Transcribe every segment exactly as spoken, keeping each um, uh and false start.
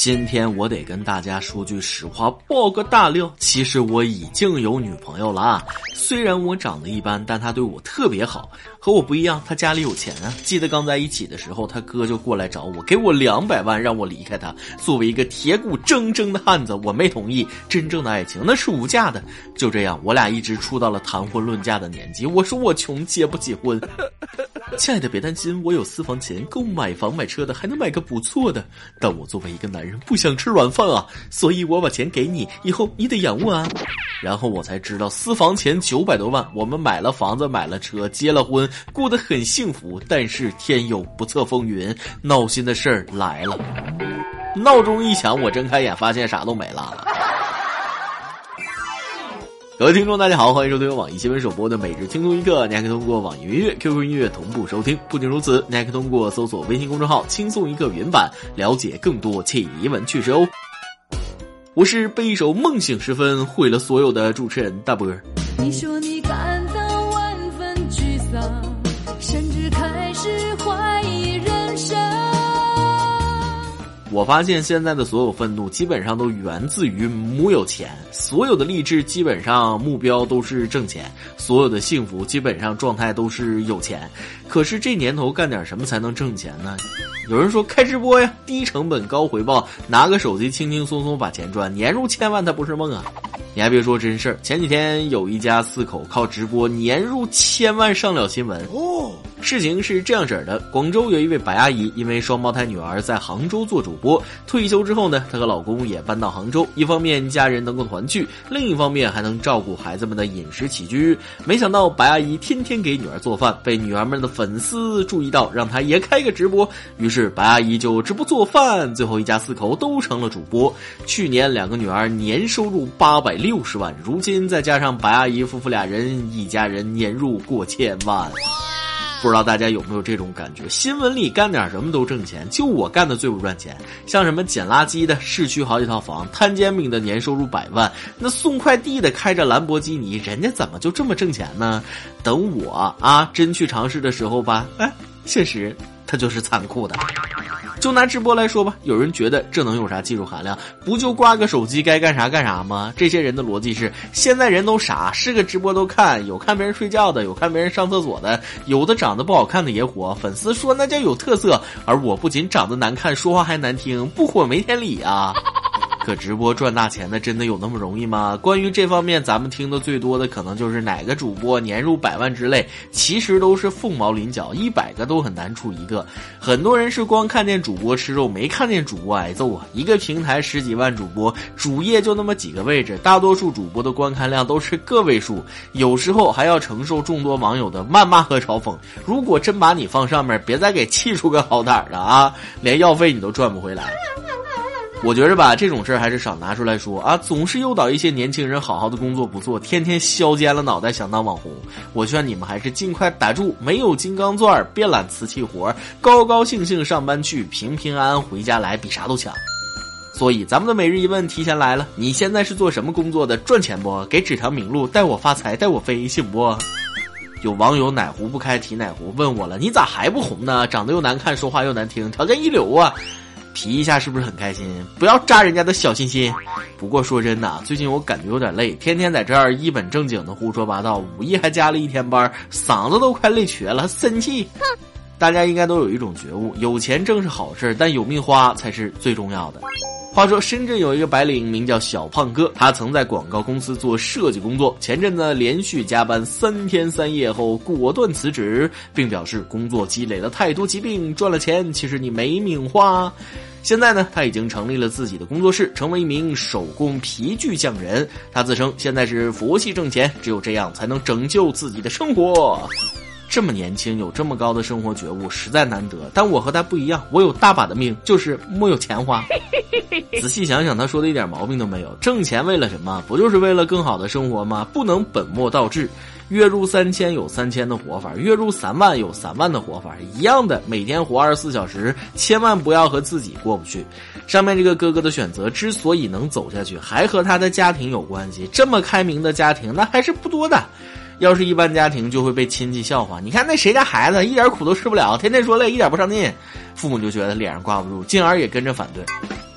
今天我得跟大家说句实话，爆个大料，其实我已经有女朋友了啊。虽然我长得一般，但她对我特别好，和我不一样，她家里有钱啊。记得刚在一起的时候，她哥就过来找我，给我两百万让我离开她。作为一个铁骨铮铮的汉子，我没同意。真正的爱情那是无价的。就这样，我俩一直处到了谈婚论嫁的年纪。我说我穷，结不起婚。亲爱的，别担心，我有私房钱，够买房买车的，还能买个不错的。但我作为一个男人，不想吃软饭啊，所以我把钱给你，以后你得养我啊。然后我才知道，私房钱九百多万，我们买了房子，买了车，结了婚，过得很幸福。但是天有不测风云，闹心的事儿来了。闹钟一响，我睁开眼，发现啥都没了。各位听众大家好，欢迎收听由网易新闻首播的每日轻松一刻，你还可以通过网易云音乐 Q Q 音乐同步收听。不仅如此，你还可以通过搜索微信公众号轻松一刻云版了解更多奇闻趣事哦。我是被一首梦醒时分毁了所有的主持人大波。 你说你感到万分沮丧，甚至开始怀疑人生。 我发现现在的所有愤怒基本上都源自于母有钱，所有的励志基本上目标都是挣钱，所有的幸福基本上状态都是有钱。可是这年头干点什么才能挣钱呢？有人说开直播呀，低成本高回报，拿个手机轻轻松松把钱赚，年入千万它不是梦啊。你还别说真事儿，前几天有一家四口靠直播年入千万上了新闻哦。事情是这样式的，广州有一位白阿姨，因为双胞胎女儿在杭州做主播，退休之后呢，她和老公也搬到杭州，一方面家人能够团聚，另一方面还能照顾孩子们的饮食起居。没想到白阿姨天天给女儿做饭，被女儿们的粉丝注意到，让她也开个直播，于是白阿姨就直播做饭，最后一家四口都成了主播。去年两个女儿年收入八百六十万，如今再加上白阿姨夫妇俩人，一家人年入过千万。不知道大家有没有这种感觉，新闻里干点什么都挣钱，就我干的最不赚钱。像什么捡垃圾的市区好几套房，摊煎饼的年收入百万，那送快递的开着兰博基尼，人家怎么就这么挣钱呢？等我啊真去尝试的时候吧，哎，现实它就是残酷的。就拿直播来说吧，有人觉得这能有啥技术含量？不就挂个手机该干啥干啥吗？这些人的逻辑是，现在人都傻，是个直播都看，有看别人睡觉的，有看别人上厕所的，有的长得不好看的也火，粉丝说那叫有特色，而我不仅长得难看，说话还难听，不火没天理啊。可直播赚大钱的真的有那么容易吗？关于这方面咱们听的最多的可能就是哪个主播年入百万之类，其实都是凤毛麟角，一百个都很难出一个。很多人是光看见主播吃肉，没看见主播挨揍啊。一个平台十几万主播，主页就那么几个位置，大多数主播的观看量都是个位数，有时候还要承受众多网友的谩骂和嘲讽。如果真把你放上面，别再给气出个好歹了啊，连药费你都赚不回来。我觉着吧，这种事儿还是少拿出来说啊，总是诱导一些年轻人好好的工作不做，天天削尖了脑袋想当网红。我劝你们还是尽快打住，没有金刚钻别揽瓷器活，高高兴兴上班去，平平安安回家来，比啥都强。所以咱们的每日一问提前来了，你现在是做什么工作的？赚钱不？给指条明路，带我发财，带我飞，信不？有网友奶壶不开提奶壶问我了，你咋还不红呢？长得又难看，说话又难听，条件一流啊，皮一下是不是很开心？不要扎人家的小心心。不过说真的，最近我感觉有点累，天天在这儿一本正经的胡说八道，五一还加了一天班，嗓子都快累瘸了，生气。大家应该都有一种觉悟，有钱挣是好事，但有命花才是最重要的。话说深圳有一个白领名叫小胖哥，他曾在广告公司做设计工作，前阵子连续加班三天三夜后果断辞职，并表示工作积累了太多疾病，赚了钱其实你没命花。现在呢，他已经成立了自己的工作室，成为一名手工皮具匠人。他自称现在是佛系挣钱，只有这样才能拯救自己的生活。这么年轻有这么高的生活觉悟实在难得，但我和他不一样，我有大把的命，就是没有钱花。仔细想想，他说的一点毛病都没有。挣钱为了什么？不就是为了更好的生活吗？不能本末倒置。月入三千有三千的活法，月入三万有三万的活法，一样的，每天活二十四小时，千万不要和自己过不去。上面这个哥哥的选择之所以能走下去，还和他的家庭有关系。这么开明的家庭，那还是不多的。要是一般家庭就会被亲戚笑话，你看那谁家孩子一点苦都吃不了，天天说累，一点不上进，父母就觉得脸上挂不住，进而也跟着反对。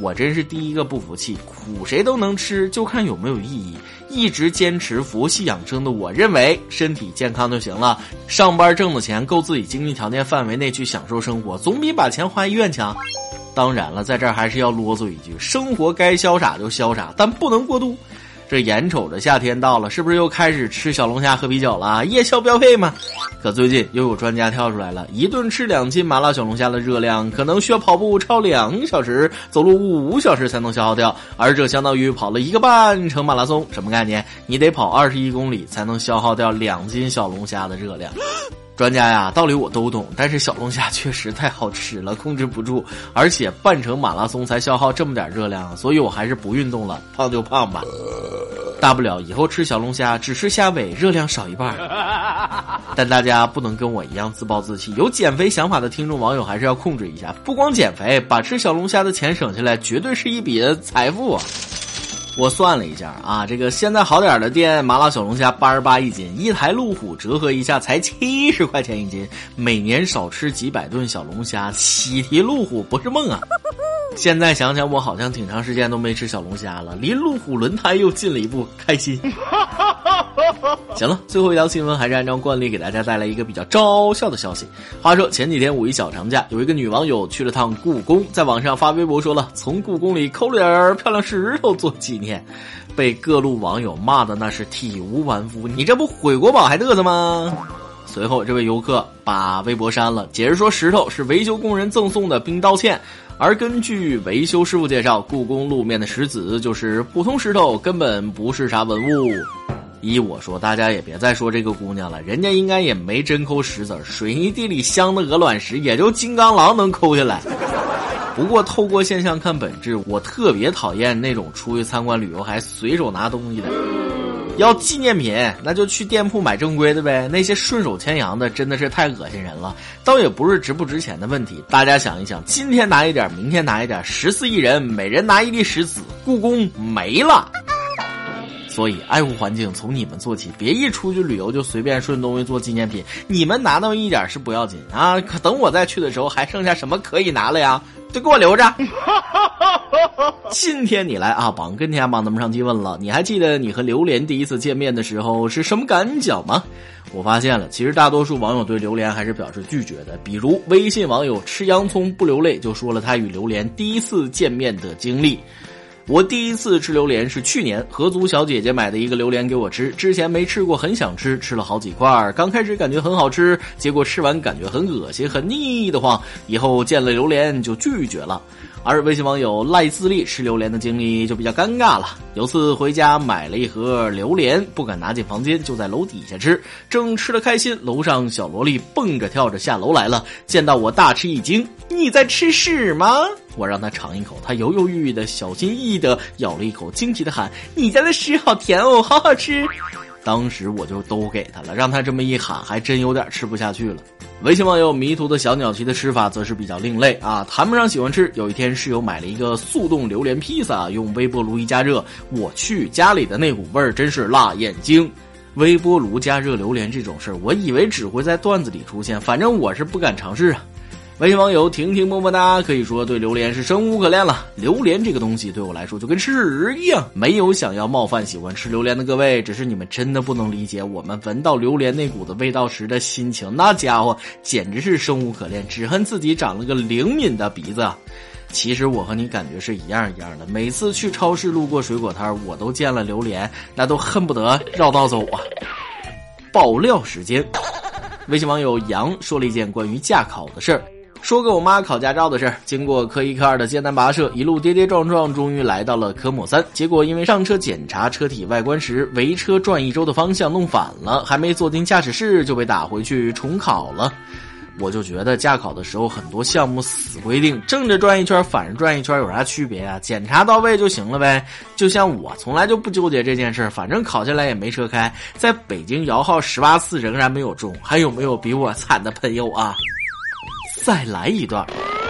我真是第一个不服气，苦谁都能吃，就看有没有意义。一直坚持佛系养生的我认为身体健康就行了，上班挣的钱够自己经济条件范围内去享受生活，总比把钱花医院强。当然了，在这儿还是要啰嗦一句，生活该潇洒就潇洒，但不能过度。这眼瞅着夏天到了，是不是又开始吃小龙虾喝啤酒了？夜宵标配嘛。可最近又有专家跳出来了，一顿吃两斤麻辣小龙虾的热量可能需要跑步超两个小时，走路五小时才能消耗掉，而这相当于跑了一个半程马拉松。什么概念？你得跑二十一公里才能消耗掉两斤小龙虾的热量。专家呀，道理我都懂，但是小龙虾确实太好吃了，控制不住，而且半程马拉松才消耗这么点热量，所以我还是不运动了，胖就胖吧。大不了以后吃小龙虾只吃虾尾，热量少一半。但大家不能跟我一样自暴自弃，有减肥想法的听众网友还是要控制一下，不光减肥，把吃小龙虾的钱省下来绝对是一笔财富啊。我算了一下啊，这个现在好点的店麻辣小龙虾八十八一斤，一台路虎折合一下才七十块钱一斤，每年少吃几百顿小龙虾，喜提路虎不是梦啊。现在想想我好像挺长时间都没吃小龙虾了，离路虎轮胎又近了一步，开心。行了，最后一条新闻还是按照惯例给大家带来一个比较招笑的消息。话说前几天五一小长假，有一个女网友去了趟故宫，在网上发微博说了从故宫里抠了点漂亮石头做纪念，被各路网友骂的那是体无完肤，你这不毁国宝还嘚瑟吗？随后这位游客把微博删了，解释说石头是维修工人赠送的并道歉，而根据维修师傅介绍，故宫路面的石子就是普通石头，根本不是啥文物。依我说，大家也别再说这个姑娘了，人家应该也没真抠石子，水泥地里镶的鹅卵石也就金刚狼能抠下来。不过透过现象看本质，我特别讨厌那种出去参观旅游还随手拿东西的。要纪念品那就去店铺买正规的呗，那些顺手牵羊的真的是太恶心人了。倒也不是值不值钱的问题，大家想一想，今天拿一点，明天拿一点，十四亿人每人拿一粒石子，故宫没了。所以爱护环境从你们做起，别一出去旅游就随便顺东西做纪念品，你们拿到一点是不要紧啊，可等我再去的时候还剩下什么可以拿了呀，就给我留着。今天你来啊，榜跟天榜咱们上期问了，你还记得你和榴莲第一次见面的时候是什么感觉吗？我发现了，其实大多数网友对榴莲还是表示拒绝的。比如微信网友吃洋葱不流泪就说了他与榴莲第一次见面的经历。我第一次吃榴莲是去年，合租小姐姐买的一个榴莲给我吃，之前没吃过，很想吃，吃了好几块，刚开始感觉很好吃，结果吃完感觉很恶心很腻得慌，以后见了榴莲就拒绝了。而微信网友赖自立吃榴莲的经历就比较尴尬了。有次回家买了一盒榴莲，不敢拿进房间，就在楼底下吃，正吃得开心，楼上小萝莉蹦着跳着下楼来了，见到我大吃一惊，你在吃屎吗？我让他尝一口，他犹犹豫豫的小心翼翼的咬了一口，惊奇的喊，你家的屎好甜哦，好好吃。当时我就都给他了，让他这么一喊还真有点吃不下去了。微信网友迷途的小鸟旗的吃法则是比较另类啊，谈不上喜欢吃。有一天室友买了一个速冻榴莲披萨，用微波炉一加热，我去，家里的那股味儿真是辣眼睛。微波炉加热榴莲这种事儿，我以为只会在段子里出现，反正我是不敢尝试啊。微信网友婷婷么么哒，可以说对榴莲是生无可恋了。榴莲这个东西对我来说就跟屎一样，没有想要冒犯喜欢吃榴莲的各位，只是你们真的不能理解我们闻到榴莲那股子味道时的心情，那家伙简直是生无可恋，只恨自己长了个灵敏的鼻子。其实我和你感觉是一样一样的，每次去超市路过水果摊，我都见了榴莲，那都恨不得绕道走啊。爆料时间，微信网友杨说了一件关于驾考的事儿。说个我妈考驾照的事儿，经过科一科二的艰难跋涉，一路跌跌撞撞，终于来到了科目三。结果因为上车检查车体外观时，围车转一周的方向弄反了，还没坐进驾驶室就被打回去重考了。我就觉得驾考的时候很多项目死规定，正着转一圈反着转一圈有啥区别啊？检查到位就行了呗。就像我从来就不纠结这件事，反正考下来也没车开，在北京摇号十八次仍然没有中，还有没有比我惨的朋友啊？再来一段。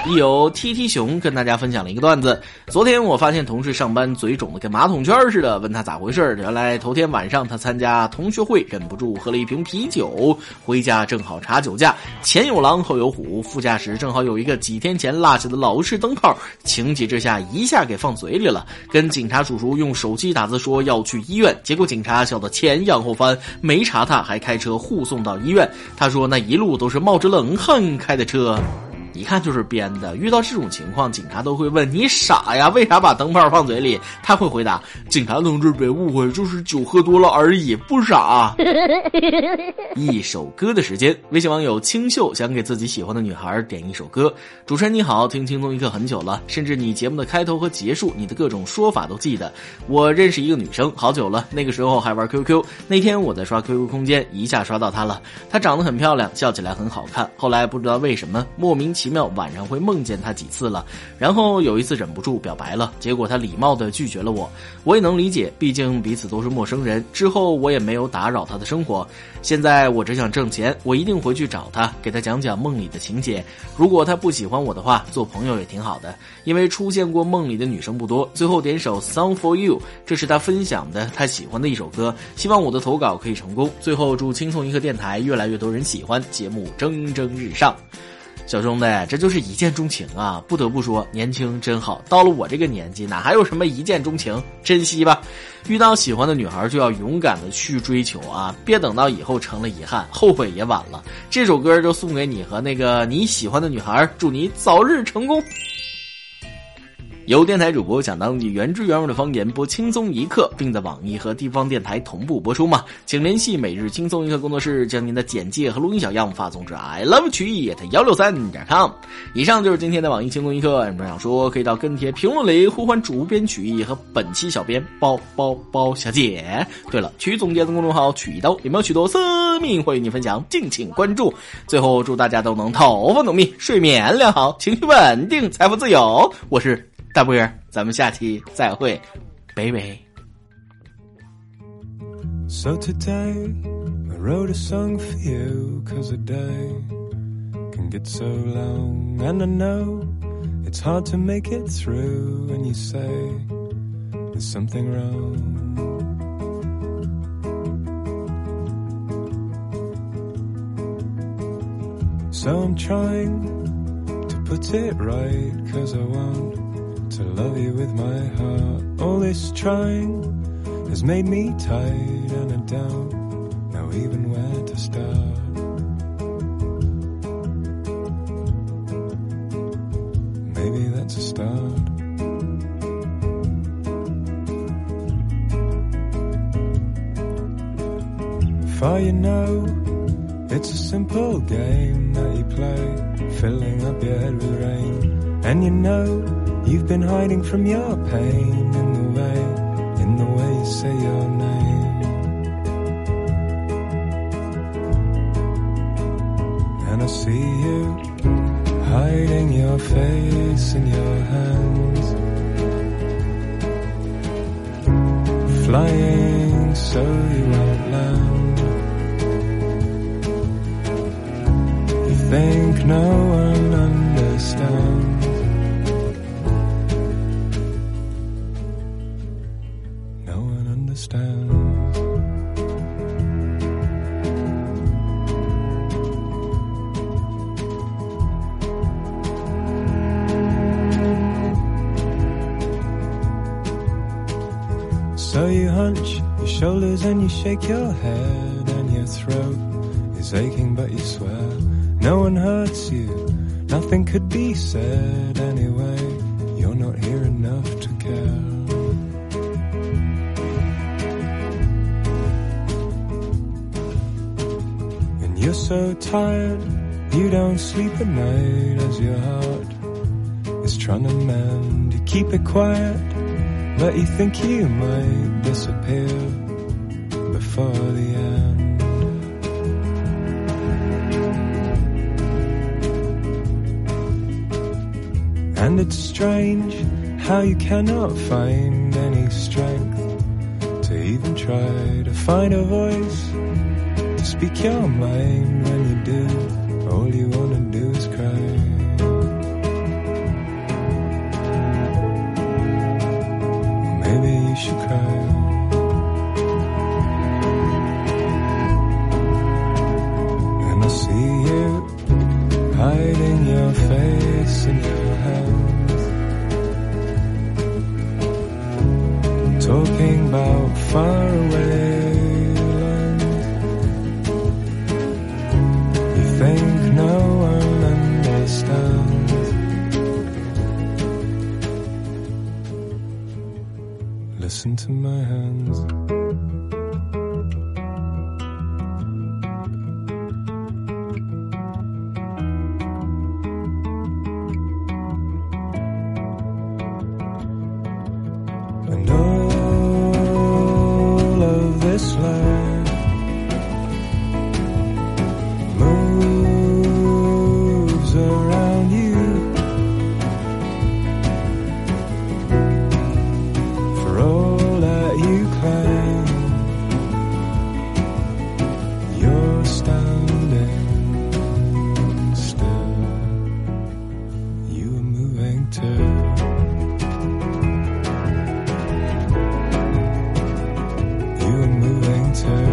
一有 T T 熊跟大家分享了一个段子。昨天我发现同事上班嘴肿的跟马桶圈似的，问他咋回事，原来头天晚上他参加同学会，忍不住喝了一瓶啤酒，回家正好查酒驾，前有狼后有虎，副驾驶正好有一个几天前落下的老式灯泡，情急之下一下给放嘴里了，跟警察叔叔用手机打字说要去医院，结果警察笑得前仰后翻，没查他，还开车护送到医院。他说那一路都是冒着冷汗开的车，一看就是编的。遇到这种情况，警察都会问你傻呀，为啥把灯泡放嘴里？他会回答，警察同志别误会，就是酒喝多了而已，不傻。一首歌的时间，微信网友清秀想给自己喜欢的女孩点一首歌。主持人你好，听轻松一刻很久了，甚至你节目的开头和结束，你的各种说法都记得。我认识一个女生好久了，那个时候还玩 Q Q， 那天我在刷 Q Q 空间，一下刷到她了。她长得很漂亮，笑起来很好看，后来不知道为什么莫名其妙晚上会梦见她几次了，然后有一次忍不住表白了，结果她礼貌地拒绝了我。我也能理解，毕竟彼此都是陌生人，之后我也没有打扰她的生活。现在我只想挣钱，我一定回去找她，给她讲讲梦里的情节。如果她不喜欢我的话，做朋友也挺好的，因为出现过梦里的女生不多。最后点首 Song for You， 这是她分享的她喜欢的一首歌，希望我的投稿可以成功。最后祝轻松一刻电台越来越多人喜欢，节目蒸蒸日上。小兄弟，这就是一见钟情啊！不得不说，年轻真好。到了我这个年纪，哪还有什么一见钟情？珍惜吧！遇到喜欢的女孩就要勇敢的去追求啊！别等到以后成了遗憾，后悔也晚了。这首歌就送给你和那个你喜欢的女孩，祝你早日成功。由电台主播想当地原汁原味的方言播轻松一刻，并在网易和地方电台同步播出吗？请联系每日轻松一刻工作室，将您的简介和录音小样发送至 i love 曲艺 at 一六三点 com。以上就是今天的网易轻松一刻，有什么想说可以到跟帖评论里呼唤主编曲艺和本期小编包包包小姐。对了，曲总监的公众号曲一刀有没有许多私密会与你分享，敬请关注。最后祝大家都能头发浓密，睡眠良好，情绪稳定，财富自由。我是大波儿，咱们下期再会，拜拜。 So today I wrote a song for you, 'cause a day can get so long, and I know it's hard to make it through when you say there's something wrong. So I'm trying to put it right, 'cause I want to love you with my heart. All this trying has made me tired, and I don't know even where to start. Maybe that's a start. For you know, it's a simple game that you play, filling up your head with rain. And you know you've been hiding from your pain in the way, in the way you say your name. And I see you hiding your face in your hands, flying so you won't land. You think no one understands, so you hunch your shoulders and you shake your head, and your throat is aching but you swear no one hurts you, nothing could be said anyway. You're not here enough to care. And you're so tired you don't sleep at night, as your heart is trying to mend. You keep it quiet, but you think you might disappear before the end. And it's strange how you cannot find any strength to even try to find a voice to speak your mind. When you do, all you wanna do is cry. faraway land. You think no one understands. Listen to my hands. And all of this life moves around you. For all that you claim, you're standing still. You are moving too. You are moving too.